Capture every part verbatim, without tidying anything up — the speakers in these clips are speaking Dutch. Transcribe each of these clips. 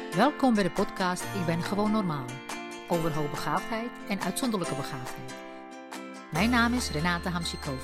Welkom bij de podcast Ik ben gewoon normaal. Over hoogbegaafdheid en uitzonderlijke begaafdheid. Mijn naam is Renate Hamsikova.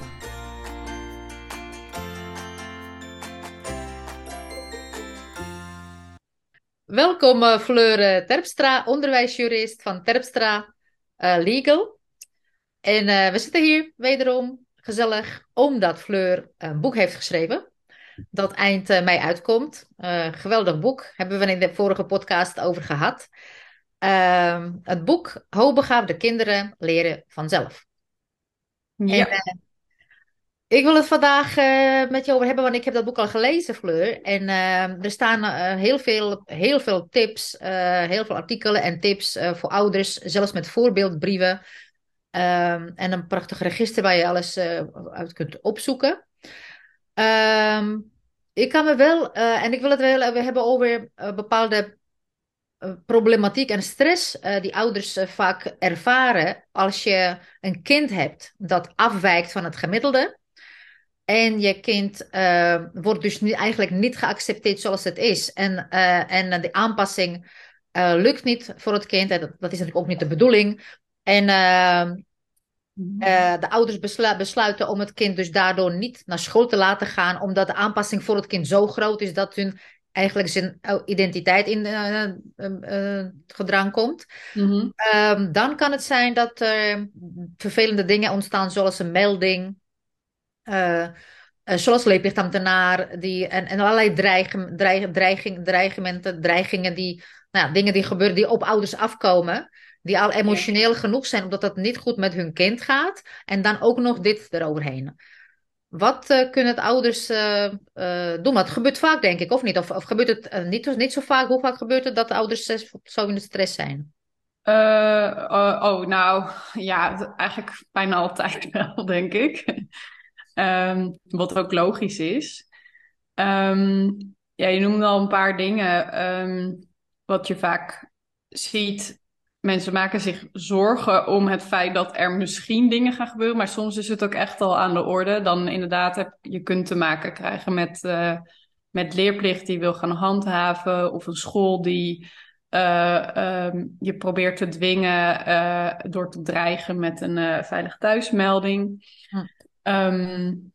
Welkom uh, Fleur uh, Terpstra, onderwijsjurist van Terpstra uh, Legal. En uh, we zitten hier wederom gezellig omdat Fleur een boek heeft geschreven. Dat eind uh, mei uitkomt. Uh, geweldig boek. Hebben we in de vorige podcast over gehad. Uh, het boek Hoogbegaafde kinderen leren vanzelf. Ja. En, uh, ik wil het vandaag uh, met je over hebben, want ik heb dat boek al gelezen, Fleur. En uh, er staan uh, heel, veel, heel veel tips, uh, heel veel artikelen en tips uh, voor ouders, zelfs met voorbeeldbrieven. Uh, en een prachtig register waar je alles uh, uit kunt opzoeken. Um, ik kan me wel, uh, en ik wil het wel we hebben over uh, bepaalde uh, problematiek en stress uh, die ouders uh, vaak ervaren als je een kind hebt dat afwijkt van het gemiddelde. En je kind uh, wordt dus niet, eigenlijk niet geaccepteerd zoals het is. En, uh, en uh, de aanpassing uh, lukt niet voor het kind. En dat, dat is natuurlijk ook niet de bedoeling. En uh, Uh, de ouders beslu- besluiten om het kind dus daardoor niet naar school te laten gaan, omdat de aanpassing voor het kind zo groot is dat hun eigenlijk zijn identiteit in uh, uh, uh, gedrang komt. Mm-hmm. Um, dan kan het zijn dat er vervelende dingen ontstaan, zoals een melding, uh, uh, zoals leerplichtambtenaar, die, en, en allerlei dreigen, dreig, dreiging, dreigementen, dreigingen, die, nou ja, dingen die gebeuren, die op ouders afkomen. Die al emotioneel genoeg zijn omdat het niet goed met hun kind gaat. En dan ook nog dit eroverheen. Wat uh, kunnen het ouders uh, uh, doen? Dat gebeurt vaak, denk ik, of niet? Of, of gebeurt het uh, niet, niet zo vaak? Hoe vaak gebeurt het dat de ouders uh, zo in de stress zijn? Uh, oh, oh, nou, ja, eigenlijk bijna altijd wel, denk ik. um, wat ook logisch is. Um, ja, je noemde al een paar dingen. Um, wat je vaak ziet, mensen maken zich zorgen om het feit dat er misschien dingen gaan gebeuren, maar soms is het ook echt al aan de orde. Dan inderdaad heb je kunt te maken krijgen met, uh, met leerplicht die wil gaan handhaven, of een school die uh, um, je probeert te dwingen uh, door te dreigen met een uh, veilig thuismelding. Hm. Um,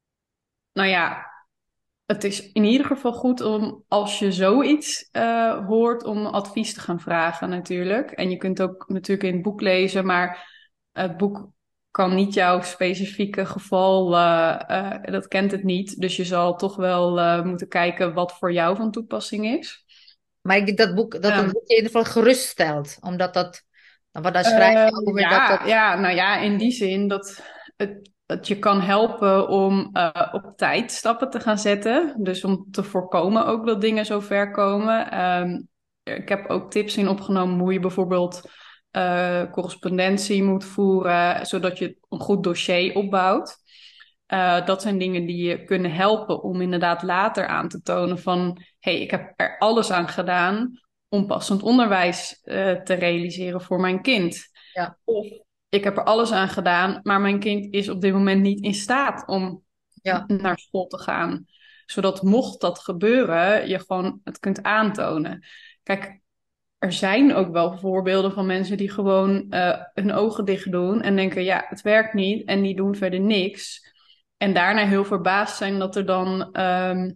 nou ja, het is in ieder geval goed om, als je zoiets uh, hoort, om advies te gaan vragen natuurlijk. En je kunt ook natuurlijk in het boek lezen, maar het boek kan niet jouw specifieke geval, uh, uh, dat kent het niet. Dus je zal toch wel uh, moeten kijken wat voor jou van toepassing is. Maar ik denk dat boek, dat een Um, boek je in ieder geval geruststelt. Omdat dat, wat daar schrijf je uh, over dat ja, het... ja, nou ja, in die zin dat het dat je kan helpen om uh, op tijd stappen te gaan zetten. Dus om te voorkomen ook dat dingen zo ver komen. Um, ik heb ook tips in opgenomen hoe je bijvoorbeeld uh, correspondentie moet voeren, zodat je een goed dossier opbouwt. Uh, dat zijn dingen die je kunnen helpen om inderdaad later aan te tonen van, hey, ik heb er alles aan gedaan om passend onderwijs uh, te realiseren voor mijn kind. Ja. Of ik heb er alles aan gedaan, maar mijn kind is op dit moment niet in staat om Ja. naar school te gaan. Zodat mocht dat gebeuren, je gewoon het kunt aantonen. Kijk, er zijn ook wel voorbeelden van mensen die gewoon uh, hun ogen dicht doen en denken, ja, het werkt niet, en die doen verder niks. En daarna heel verbaasd zijn dat er dan um,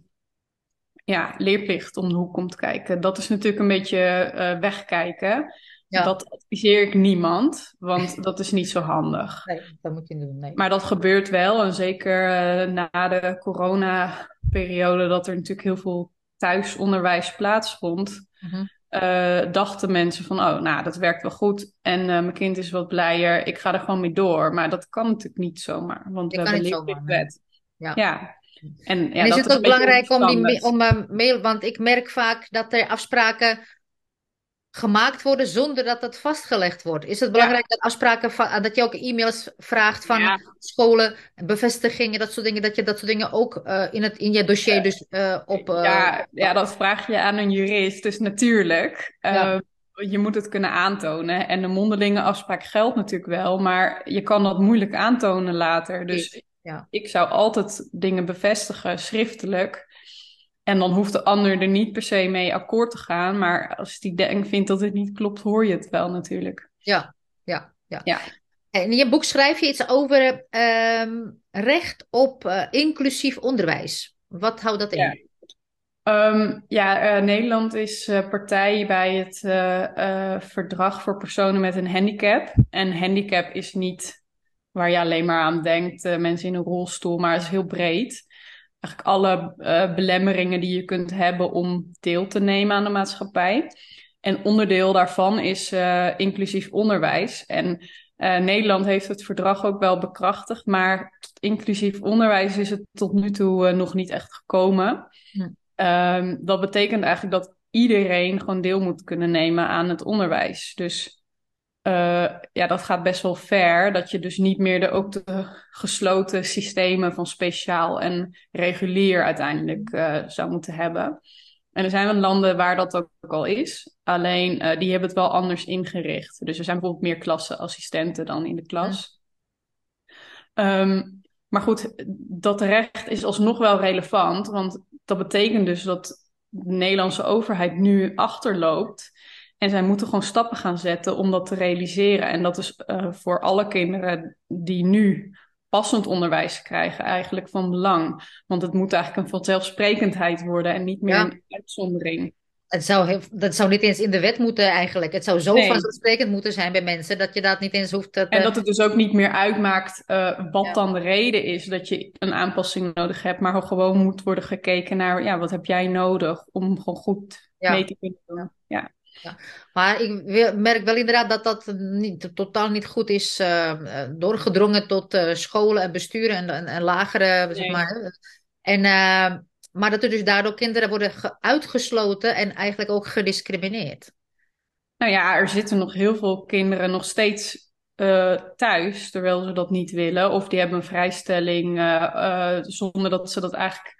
ja, leerplicht om de hoek komt kijken. Dat is natuurlijk een beetje uh, wegkijken. Ja. Dat adviseer ik niemand, want dat is niet zo handig. Nee, dat moet je niet doen. Nee. Maar dat gebeurt wel. En zeker uh, na de coronaperiode, dat er natuurlijk heel veel thuisonderwijs plaatsvond, Mm-hmm. uh, dachten mensen van, oh, nou, dat werkt wel goed. En uh, mijn kind is wat blijer. Ik ga er gewoon mee door. Maar dat kan natuurlijk niet zomaar, want Je we kan hebben niet zomaar. leerplichtwet. Ja. Ja. En, ja, En is dat het is een ook beetje belangrijk om die onverstandig. om, uh, mail, want ik merk vaak dat er afspraken gemaakt worden zonder dat dat vastgelegd wordt. Is het Ja. belangrijk dat afspraken van, dat je ook e-mails vraagt van Ja. scholen, bevestigingen, dat soort dingen, dat je dat soort dingen ook uh, in, het, in je dossier dus uh, op... Uh, Ja, ja, dat vraag je aan een jurist. Dus natuurlijk, ja. uh, je moet het kunnen aantonen. En de mondelinge afspraak geldt natuurlijk wel, maar je kan dat moeilijk aantonen later. Dus Ja. ik zou altijd dingen bevestigen, schriftelijk. En dan hoeft de ander er niet per se mee akkoord te gaan. Maar als die denkt, vindt dat het niet klopt, hoor je het wel natuurlijk. Ja, ja, ja. Ja. En in je boek schrijf je iets over ehm, recht op eh, inclusief onderwijs. Wat houdt dat Ja. in? Ehm, ja, eh, Nederland is eh, partij bij het eh, eh, verdrag voor personen met een handicap. En handicap is niet waar je alleen maar aan denkt, eh, mensen in een rolstoel, maar het is heel breed. Eigenlijk alle eh, belemmeringen die je kunt hebben om deel te nemen aan de maatschappij. En onderdeel daarvan is eh, inclusief onderwijs. En eh, Nederland heeft het verdrag ook wel bekrachtigd, maar tot inclusief onderwijs is het tot nu toe eh, nog niet echt gekomen. Hm. Ehm, dat betekent eigenlijk dat iedereen gewoon deel moet kunnen nemen aan het onderwijs. Dus uh, ja, dat gaat best wel ver. Dat je dus niet meer de, ook de gesloten systemen van speciaal en regulier uiteindelijk uh, zou moeten hebben. En er zijn wel landen waar dat ook al is. Alleen uh, die hebben het wel anders ingericht. Dus er zijn bijvoorbeeld meer klassenassistenten dan in de Hm. klas. Um, maar goed, dat recht is alsnog wel relevant. Want dat betekent dus dat de Nederlandse overheid nu achterloopt. En zij moeten gewoon stappen gaan zetten om dat te realiseren. En dat is uh, voor alle kinderen die nu passend onderwijs krijgen eigenlijk van belang. Want het moet eigenlijk een vanzelfsprekendheid worden en niet meer Ja, een uitzondering. het zou heel, dat zou niet eens in de wet moeten eigenlijk. Het zou zo Nee. vanzelfsprekend moeten zijn bij mensen dat je dat niet eens hoeft te... En dat het dus ook niet meer uitmaakt uh, wat Ja, dan de reden is dat je een aanpassing nodig hebt, maar gewoon moet worden gekeken naar, ja, wat heb jij nodig om gewoon goed mee ja, te kunnen ja. doen. Ja. Ja, maar ik wil- merk wel inderdaad dat dat niet, totaal niet goed is eh, eh, doorgedrongen tot eh, scholen en besturen en, en, en lagere, zeg Nee. maar. hè. En, eh, maar dat er dus daardoor kinderen worden ge- uitgesloten en eigenlijk ook gediscrimineerd. Nou ja, er zitten nog heel veel kinderen nog steeds uh, thuis, terwijl ze dat niet willen. Of die hebben een vrijstelling uh, uh, zonder dat ze dat eigenlijk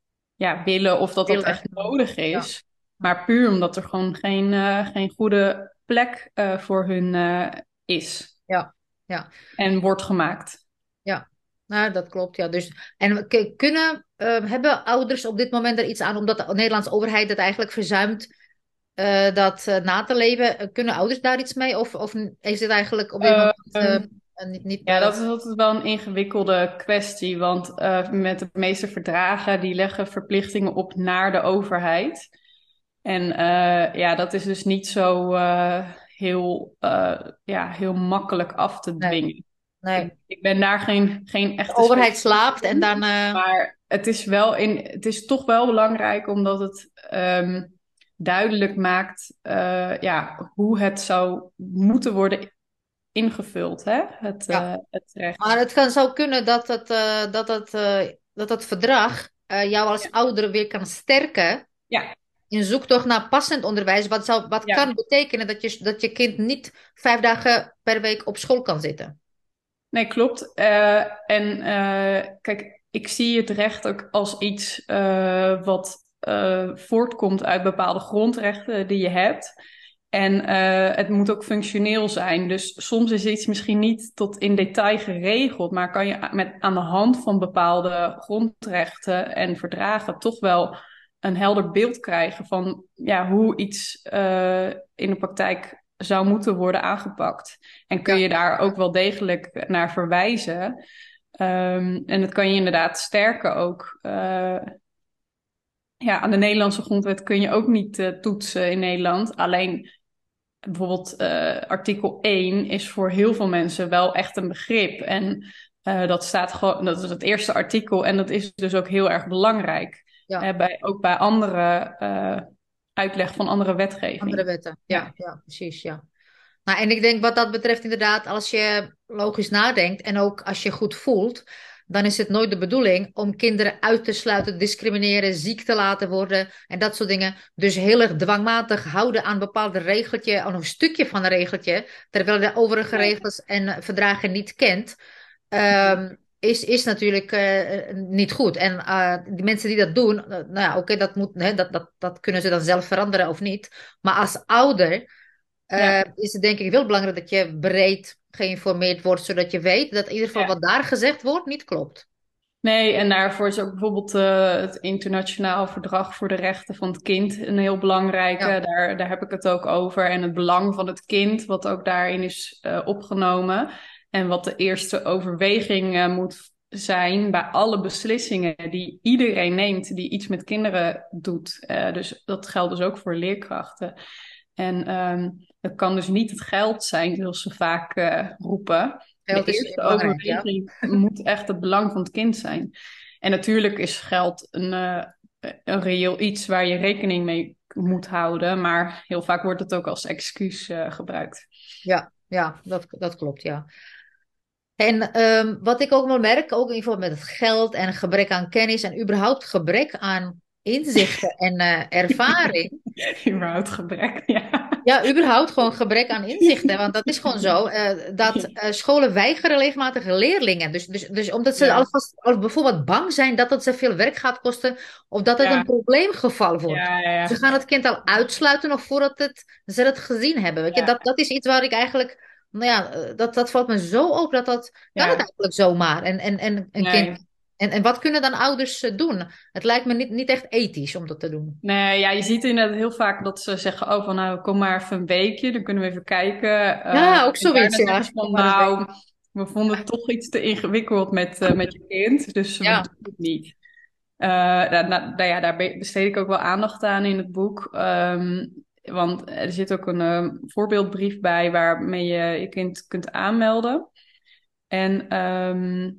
ja, willen of dat dat Willen. echt nodig Ja, is. Maar puur omdat er gewoon geen, uh, geen goede plek uh, voor hun uh, is ja, ja, en wordt gemaakt. ja. Nou, dat klopt, ja. Dus, en k- kunnen, eh, hebben ouders op dit moment er iets aan, omdat de Nederlandse overheid het eigenlijk verzuimt eh, dat eh, na te leven? Eh, kunnen ouders daar iets mee? Of, of is het eigenlijk op dit Uh, moment eh, niet, niet Ja, eh, dat is altijd wel een ingewikkelde kwestie, want uh, met de meeste verdragen die leggen verplichtingen op naar de overheid. En uh, ja, dat is dus niet zo uh, heel, uh, ja, heel makkelijk af te nee, dwingen. nee. Ik, ik ben daar geen, geen De echte overheid specialist slaapt en dan... in, eh, maar het is wel in, het is toch wel belangrijk omdat het um, duidelijk maakt uh, ja, hoe het zou moeten worden ingevuld, hè? Het, ja. uh, het recht. Maar het kan zo kunnen dat het, eh, dat het, eh, dat het verdrag eh, jou als Ja, ouder weer kan sterken ja, in zoektocht naar passend onderwijs. Wat, zou, wat ja. kan betekenen dat je, dat je kind niet vijf dagen per week op school kan zitten. Nee, klopt. Uh, en uh, kijk, ik zie het recht ook als iets uh, wat uh, voortkomt uit bepaalde grondrechten die je hebt. En uh, het moet ook functioneel zijn. Dus soms is iets misschien niet tot in detail geregeld, maar kan je met, aan de hand van bepaalde grondrechten en verdragen toch wel een helder beeld krijgen van ja, hoe iets uh, in de praktijk zou moeten worden aangepakt. En kun Ja, je daar ook wel degelijk naar verwijzen. Um, en dat kan je inderdaad sterken ook. Uh, ja, aan de Nederlandse grondwet kun je ook niet uh, toetsen in Nederland. Alleen bijvoorbeeld uh, artikel één is voor heel veel mensen wel echt een begrip. En uh, dat staat gewoon, dat is het eerste artikel. En dat is dus ook heel erg belangrijk. ja. Uh, bij, ook bij andere uh, uitleg van andere wetgeving. Andere wetten. Ja, Ja. ja, precies. Ja. Nou, en ik denk wat dat betreft inderdaad, als je logisch nadenkt en ook als je goed voelt, dan is het nooit de bedoeling om kinderen uit te sluiten, te discrimineren, ziek te laten worden en dat soort dingen. Dus heel erg dwangmatig houden aan een bepaald regeltje, aan een stukje van een regeltje, terwijl je de overige Nee. regels en verdragen niet kent, um, is, is natuurlijk uh, niet goed. En uh, die mensen die dat doen, uh, nou ja, oké, okay, dat, moet, hè, dat, dat, dat kunnen ze dan zelf veranderen of niet. Maar als ouder uh, Ja. is het denk ik heel belangrijk dat je breed geïnformeerd wordt, zodat je weet dat in ieder geval Ja. wat daar gezegd wordt niet klopt. Nee, en daarvoor is ook bijvoorbeeld eh, het Internationaal Verdrag voor de Rechten van het Kind een heel belangrijke. Ja, Daar, daar heb ik het ook over. En het belang van het kind, wat ook daarin is eh, opgenomen. En wat de eerste overweging eh, moet zijn bij alle beslissingen die iedereen neemt die iets met kinderen doet. Eh, dus dat geldt dus ook voor leerkrachten. En ehm, het kan dus niet het geld zijn, zoals ze vaak eh, roepen. De geld is eerste belangrijk, ja. overweging moet echt het belang van het kind zijn. En natuurlijk is geld een, eh, een reëel iets waar je rekening mee moet houden, maar heel vaak wordt het ook als excuus eh, gebruikt. Ja, ja, dat, dat klopt, ja. En ehm, wat ik ook wel merk, ook in ieder geval met het geld en gebrek aan kennis en überhaupt gebrek aan inzichten en eh, ervaring. Überhaupt gebrek, ja. Ja, überhaupt gewoon gebrek aan inzichten. Want dat is gewoon zo, eh, dat eh, scholen weigeren regelmatig leerlingen. Dus, dus, dus omdat ze Ja, alvast al bijvoorbeeld bang zijn dat het ze veel werk gaat kosten, of dat het een ja, probleemgeval wordt. ja, ja, Ze ja. gaan het kind al uitsluiten nog voordat het, ze het gezien hebben. Weet je? Dat, Ja, dat is iets waar ik eigenlijk, nou ja, eh, dat, dat valt me zo op dat dat, kan het ja. eigenlijk zomaar. En, en, en een kind, Nee. en, en wat kunnen dan ouders eh, doen? Het lijkt me niet, niet echt ethisch om dat te doen. Nee, ja, je ziet inderdaad heel vaak dat ze zeggen, oh van nou, kom maar even een weekje, dan kunnen we even kijken. Eh, Ja, ook en zoiets, daarna zeggen ja. ze Kom van, maar eens bij. nou, we vonden het toch iets te ingewikkeld met, eh, met je kind, dus we Ja. doen het niet. Uh, nou, nou, nou ja, daar be- besteed ik ook wel aandacht aan in het boek. Ehm, want er zit ook een eh, voorbeeldbrief bij waarmee je je kind kunt aanmelden. En ehm,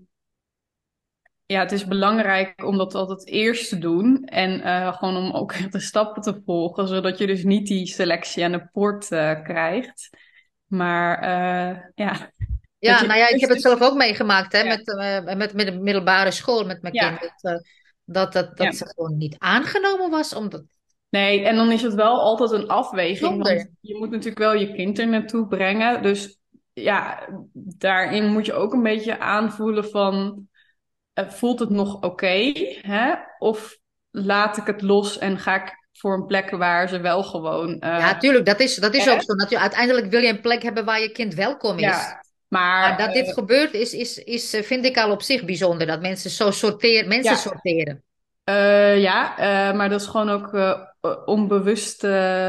ja, het is belangrijk om dat altijd eerst te doen. En eh, gewoon om ook de stappen te volgen, zodat je dus niet die selectie aan de poort eh, krijgt. Maar eh, ja, dat Ja, je nou ja, ik heb eerst het dus... zelf ook meegemaakt hè, Ja, met, eh, met, met de middelbare school met mijn kind. ja, Dat, eh, dat, dat, dat ja. ze gewoon niet aangenomen was. Omdat... Nee, en dan is het wel altijd een afweging, Bijzonder. want je moet natuurlijk wel je kind er naartoe brengen. Dus ja, daarin moet je ook een beetje aanvoelen van, eh, voelt het nog oké, hè? Of laat ik het los en ga ik voor een plek waar ze wel gewoon, Ja, eh, tuurlijk, dat is, dat is ook hè? zo. Natuurlijk, uiteindelijk wil je een plek hebben waar je kind welkom is. Ja, Maar maar dat dit eh, gebeurt, is, is, is, eh, vind ik al op zich bijzonder. Dat mensen zo sorteren, mensen ja, sorteren. eh, ja, eh, maar dat is gewoon ook eh, onbewust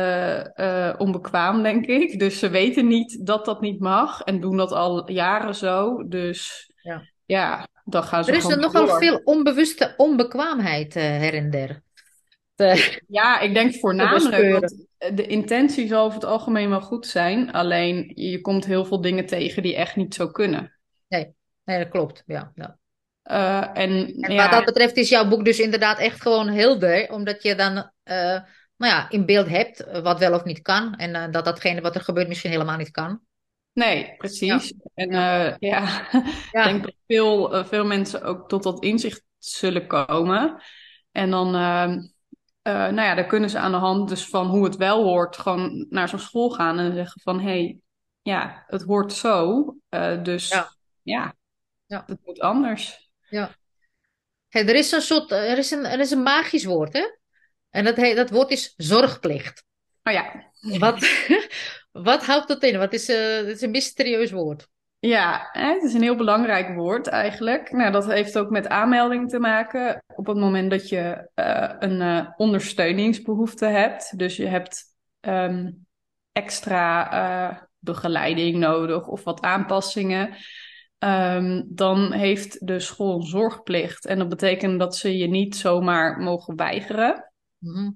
eh, eh, onbekwaam, denk ik. Dus ze weten niet dat dat niet mag en doen dat al jaren zo. Dus Ja. ja, dan gaan Er ze is er gewoon nogal door. veel onbewuste onbekwaamheid eh, her en der te, Ja, ik denk te voornamelijk bespeuren. dat de intentie zal over het algemeen wel goed zijn. Alleen je komt heel veel dingen tegen die echt niet zo kunnen. Nee, nee, dat klopt. Ja, ja. Eh, en En wat dat ja, betreft is jouw boek dus inderdaad echt gewoon helder, omdat je dan eh, nou ja, in beeld hebt eh, wat wel of niet kan. En eh, dat datgene wat er gebeurt misschien helemaal niet kan. nee, Ja, precies. En ja, eh, ja, ik denk ja. dat veel, eh, veel mensen ook tot dat inzicht zullen komen. En dan, ehm, eh, nou ja, dan kunnen ze aan de hand dus van hoe het wel hoort, gewoon naar zo'n school gaan en zeggen van, hé, hey, ja, het hoort zo. Eh, Ja, dus ja, ja, het moet anders. ja. Hey, er is een soort, er is een, er is een magisch woord, hè? En dat, heet, dat woord is zorgplicht. Maar ja, Wat, wat houdt dat in? Wat is, eh, het is een mysterieus woord. ja, hè, het is een heel belangrijk woord eigenlijk. Nou, dat heeft ook met aanmelding te maken. Op het moment dat je eh, een eh, ondersteuningsbehoefte hebt, dus je hebt ehm, extra eh, begeleiding nodig of wat aanpassingen, ehm, dan heeft de school een zorgplicht. En dat betekent dat ze je niet zomaar mogen weigeren. Mhm.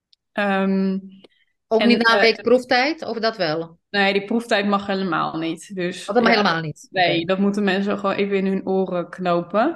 Ehm, Ook en niet na een eh, week proeftijd, of dat wel? nee, die proeftijd mag helemaal niet. Dus Oh, dat mag ja, helemaal niet. Oké. nee, dat moeten mensen gewoon even in hun oren knopen.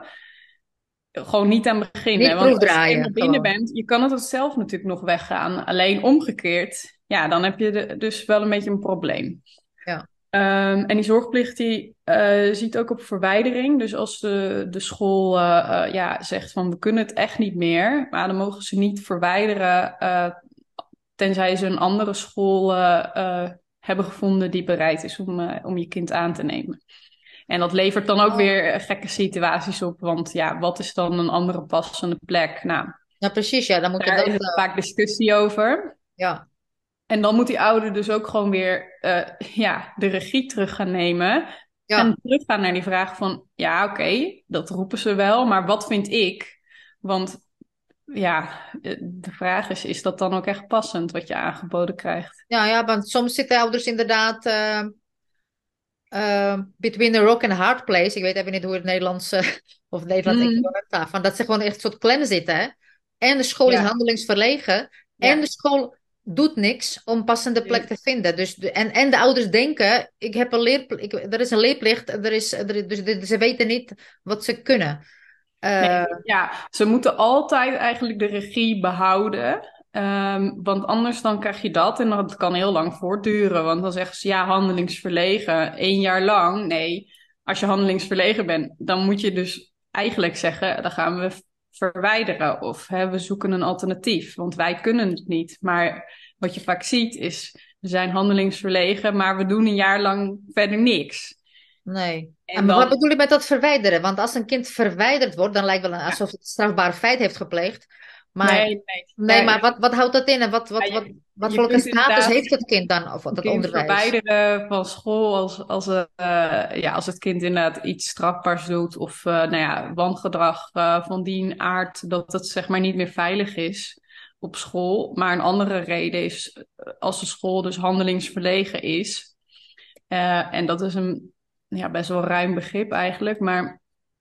Gewoon niet aan beginnen. Niet Want als je proefdraaien, eenmaal binnen gewoon. bent, je kan het ook zelf natuurlijk nog weggaan. Alleen omgekeerd, ja, dan heb je de- dus wel een beetje een probleem. Ja. Ehm, en die zorgplicht die eh, ziet ook op verwijdering. Dus als de, de school eh, eh, ja, zegt van we kunnen het echt niet meer, maar dan mogen ze niet verwijderen eh, tenzij ze een andere school eh, eh, hebben gevonden die bereid is om, eh, om je kind aan te nemen. En dat levert dan ook Oh. weer gekke situaties op, want ja, wat is dan een andere passende plek? Nou, Ja, precies. Ja, dan moet je daar dat. is het eh, vaak discussie over. ja. En dan moet die ouder dus ook gewoon weer eh, ja, de regie terug gaan nemen. Ja, En teruggaan naar die vraag van, ja, oké, dat roepen ze wel, maar wat vind ik? Want ja, de vraag is, is dat dan ook echt passend wat je aangeboden krijgt? ja, ja, want soms zitten ouders inderdaad eh, eh, between a rock and a hard place. Ik weet even niet hoe het Nederlands eh, of het Nederlands Mm, equivalent daarvan. Dat ze gewoon echt een soort klem zitten. Hè? En de school is ja, handelingsverlegen. En de ja. school doet niks om passende plek te vinden. Dus de, en, en de ouders denken, ik heb een leerplicht, ik, er is een leerplicht, er is, er, is- dus de- ze weten niet wat ze kunnen. Nee, Eh, ja, ze moeten altijd eigenlijk de regie behouden. Ehm, want anders dan krijg je dat en dat kan heel lang voortduren. Want dan zeggen ze ja, handelingsverlegen, één jaar lang. Nee, als je handelingsverlegen bent, dan moet je dus eigenlijk zeggen, dan gaan we verwijderen of hè, we zoeken een alternatief. Want wij kunnen het niet. Maar wat je vaak ziet is, we zijn handelingsverlegen, maar we doen een jaar lang verder niks. Nee. En En wat dan, bedoel je met dat verwijderen? Want als een kind verwijderd wordt, dan lijkt wel alsof het een strafbaar feit heeft gepleegd. Maar nee, nee. nee, Ja, maar wat, wat houdt dat in? En wat, ja, wat, wat, je, wat je voor een kunt status inderdaad heeft het kind dan, of een dat kind onderwijs? verwijderen van school als, als, eh, ja, als het kind inderdaad iets strafbaars doet of eh, nou ja, wangedrag eh, van die aard dat het zeg maar niet meer veilig is op school. Maar een andere reden is eh, als de school dus handelingsverlegen is. Eh, en dat is een ja, best wel ruim begrip eigenlijk, maar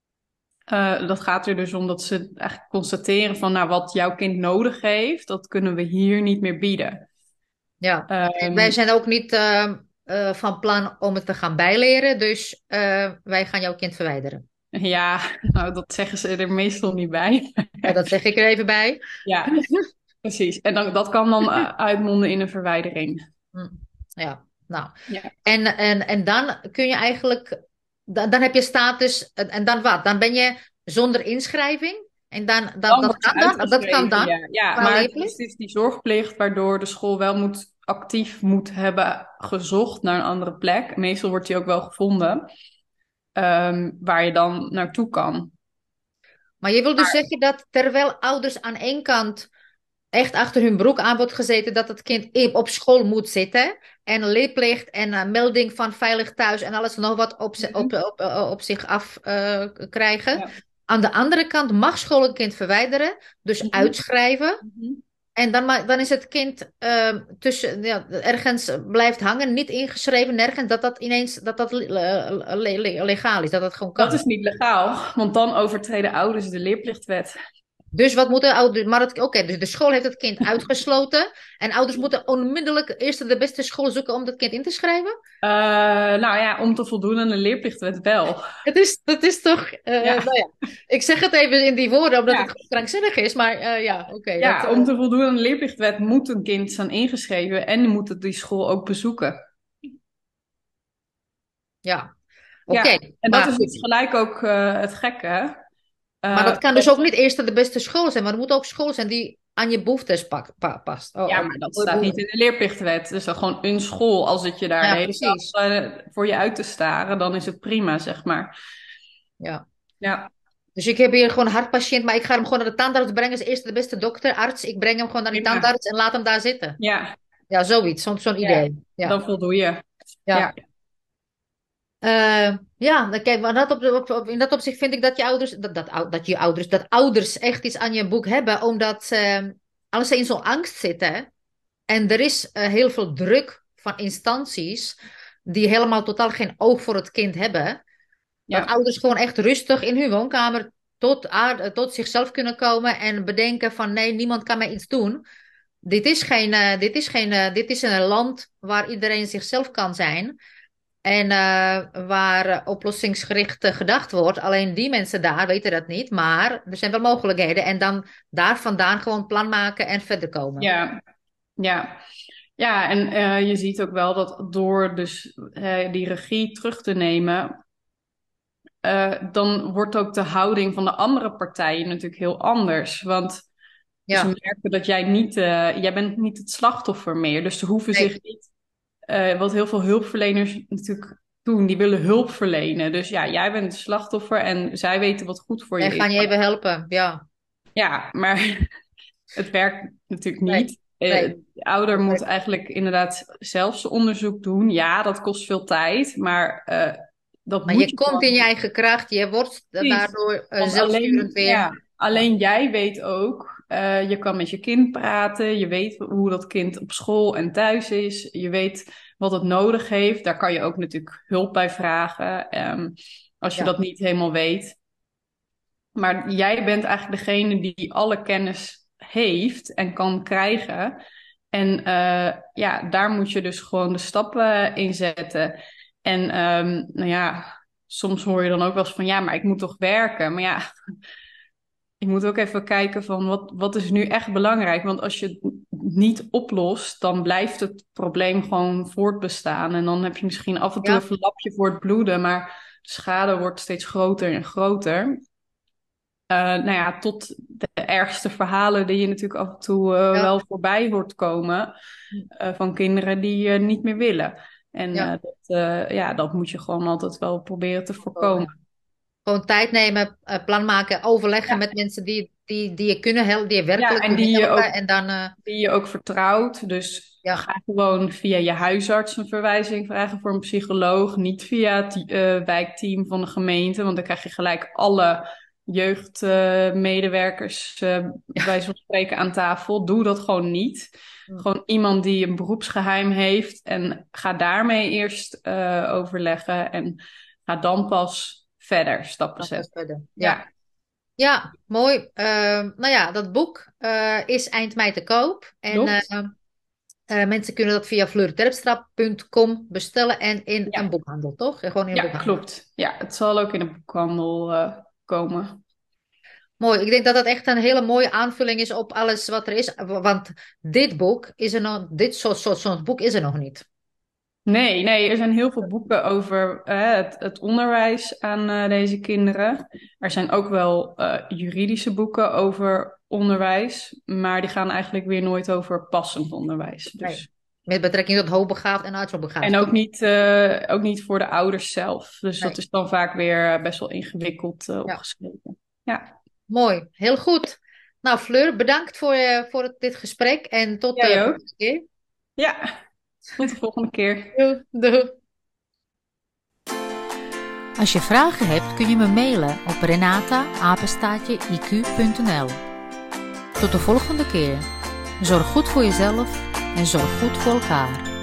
eh, dat gaat er dus om dat ze eigenlijk constateren van nou, wat jouw kind nodig heeft, dat kunnen we hier niet meer bieden. Ja. En wij Ehm, zijn ook niet eh, eh, van plan om het te gaan bijleren, dus eh, wij gaan jouw kind verwijderen. Ja, nou, dat zeggen ze er meestal niet bij. Ja, dat zeg ik er even bij. Ja, precies. En dan, dat kan dan eh, uitmonden in een verwijdering. Hm. Ja, nou. Ja. En, en, en dan kun je eigenlijk, dan, dan heb je status, en, en dan wat? Dan ben je zonder inschrijving? En dan, dat, Dan dat wordt ze kan dan? Dat kan uitgeschreven, dan? ja. Ja, Qua maar het is, leerplicht? het is die zorgplicht waardoor de school wel moet, actief moet hebben gezocht naar een andere plek. Meestal wordt die ook wel gevonden, ehm, waar je dan naartoe kan. Maar je wil dus zeggen dat terwijl ouders aan één kant echt achter hun broek aan wordt gezeten dat het kind in- op school moet zitten en leerplicht en eh, melding van veilig thuis en alles nog wat op, zi- op, Mhm. op, eh, op zich af eh, krijgen. Ja. Aan de andere kant mag school een kind verwijderen, dus Mhm. uitschrijven. Mhm. En dan, ma- dan is het kind eh, tussen, ja, ergens blijft hangen, niet ingeschreven, nergens, dat dat ineens dat dat le- le- le- legaal is, dat dat gewoon Dat kan. is niet legaal, want dan overtreden ouders de leerplichtwet. Dus wat moeten ouders. Maar het- oké, dus de school heeft het kind uitgesloten. En ouders moeten onmiddellijk eerst de beste school zoeken om dat kind in te schrijven. Eh, nou ja, om te voldoen aan de leerplichtwet wel. Het is, dat is toch. eh, Ja, nou ja, ik zeg het even in die woorden omdat het ja. gewoon krankzinnig is. Maar eh, ja, oké. dat, Ja, om eh, te voldoen aan de leerplichtwet moet een kind staan ingeschreven en moet het die school ook bezoeken. ja, oké. Ja, en dat Maar is dus goed. gelijk ook eh, het gekke. Maar Eh, dat kan dus ook dat, niet eerst de beste school zijn. Maar het moet ook school zijn die aan je behoeftes pak, pa- past. Oh, ja, oh, maar dat oh, staat niet oh. in de leerplichtwet. Dus dan gewoon een school, als het je daar de Ja, hele dag precies. eh, voor je uit te staren, dan is het prima, zeg maar. Ja. Ja, Dus ik heb hier gewoon een hartpatiënt, maar ik ga hem gewoon naar de tandarts brengen. Is eerst de beste dokter, arts. Ik breng hem gewoon naar die prima. tandarts en laat hem daar zitten. Ja, Ja, zoiets. Zo'n zo'n ja. idee. Dan Ja. voldoe je. Ja. Ja, Eh, ja, dan kijk, maar dat op, op, op- in dat opzicht vind ik dat je ouders, dat, dat, ou- dat je ouders, dat ouders echt iets aan je boek hebben, omdat ze, als ze in zo'n angst zitten en er is eh, heel veel druk van instanties die helemaal totaal geen oog voor het kind hebben, dat ja, ouders gewoon echt rustig in hun woonkamer tot, aard- tot zichzelf kunnen komen en bedenken van nee, niemand kan mij iets doen. Dit is geen, eh, dit is geen, eh, dit is een land waar iedereen zichzelf kan zijn. En eh, waar eh, oplossingsgericht eh, gedacht wordt. Alleen die mensen daar weten dat niet. Maar er zijn wel mogelijkheden. En dan daar vandaan gewoon plan maken en verder komen. ja, ja. Ja, en eh, je ziet ook wel dat door dus eh, die regie terug te nemen, eh, dan wordt ook de houding van de andere partijen natuurlijk heel anders. Want ze Ja, merken dat jij niet, eh, jij bent niet het slachtoffer meer. Dus ze hoeven nee. zich niet, eh, wat heel veel hulpverleners natuurlijk doen, die willen hulp verlenen. Dus ja, jij bent het slachtoffer en zij weten wat goed voor Wij je gaan is. je even helpen. Ja, Ja, maar het werkt natuurlijk nee, niet. Eh, nee. de ouder moet eigenlijk inderdaad zelf zijn onderzoek doen. Ja, dat kost veel tijd, maar eh, dat Maar moet je je komt gewoon. in je eigen kracht, je wordt Precies. daardoor uh, Want alleen, zelfsturend weer. ja, alleen jij weet ook, eh, je kan met je kind praten, je weet hoe dat kind op school en thuis is, je weet wat het nodig heeft. Daar kan je ook natuurlijk hulp bij vragen, ehm, als je Ja, dat niet helemaal weet. Maar jij bent eigenlijk degene die alle kennis heeft en kan krijgen. En eh, ja, daar moet je dus gewoon de stappen in zetten. En ehm, nou ja, soms hoor je dan ook wel eens van ja, maar ik moet toch werken. Maar ja, ik moet ook even kijken van wat, wat is nu echt belangrijk. Want als je het niet oplost, dan blijft het probleem gewoon voortbestaan. En dan heb je misschien af en toe ja, even een lapje voor het bloeden, maar de schade wordt steeds groter en groter. Uh, nou ja, tot de ergste verhalen die je natuurlijk af en toe uh, ja, wel voorbij hoort komen uh, van kinderen die uh, niet meer willen. En uh, ja. dat, uh, ja, dat moet je gewoon altijd wel proberen te Voorkomen. voorkomen. Gewoon tijd nemen, uh, plan maken, overleggen Ja, met mensen die, die, die je kunnen helpen, die je ja, werkelijk en kunnen die je helpen. ook, En dan, uh, die je ook vertrouwt. Dus ja, ga gewoon via je huisarts een verwijzing vragen voor een psycholoog. Niet via het uh, wijkteam van de gemeente, want dan krijg je gelijk alle jeugdmedewerkers uh, uh, bij wijze van spreken aan tafel. Doe dat gewoon niet. hm, Gewoon iemand die een beroepsgeheim heeft en ga daarmee eerst uh, overleggen en ga dan pas verder stappen dan pas zetten. verder. Ja. Ja, Ja, mooi. Uh, nou ja, dat boek uh, is eind mei te koop. En uh, klopt. uh, mensen kunnen dat via fleurterpstra punt com bestellen en in een Ja, boekhandel, toch? Ja, gewoon in een ja, boekhandel. klopt. Ja, het zal ook in de boekhandel uh, komen. Mooi. Ik denk dat dat echt een hele mooie aanvulling is op alles wat er is. Want dit boek is er nog, dit soort, soort, soort boek is er nog niet. Nee, nee, er zijn heel veel boeken over uh, het, het onderwijs aan uh, deze kinderen. Er zijn ook wel uh, juridische boeken over onderwijs, maar die gaan eigenlijk weer nooit over passend onderwijs. Nee. Dus. Met betrekking tot hoogbegaafd en En uitzonderbegaafd, ook toch? niet, uh, ook niet voor de ouders zelf. Dus dat Nee. is dan vaak weer best wel ingewikkeld uh, Ja. opgeschreven. Ja, Mooi. Heel goed. Nou, Fleur, bedankt voor, uh, voor het, dit gesprek en tot de jij ook? volgende keer. Ja, tot de volgende keer. Doei. Doei. Als je vragen hebt, kun je me mailen op renata apenstaartje i q punt n l. Tot de volgende keer. Zorg goed voor jezelf en zorg goed voor elkaar.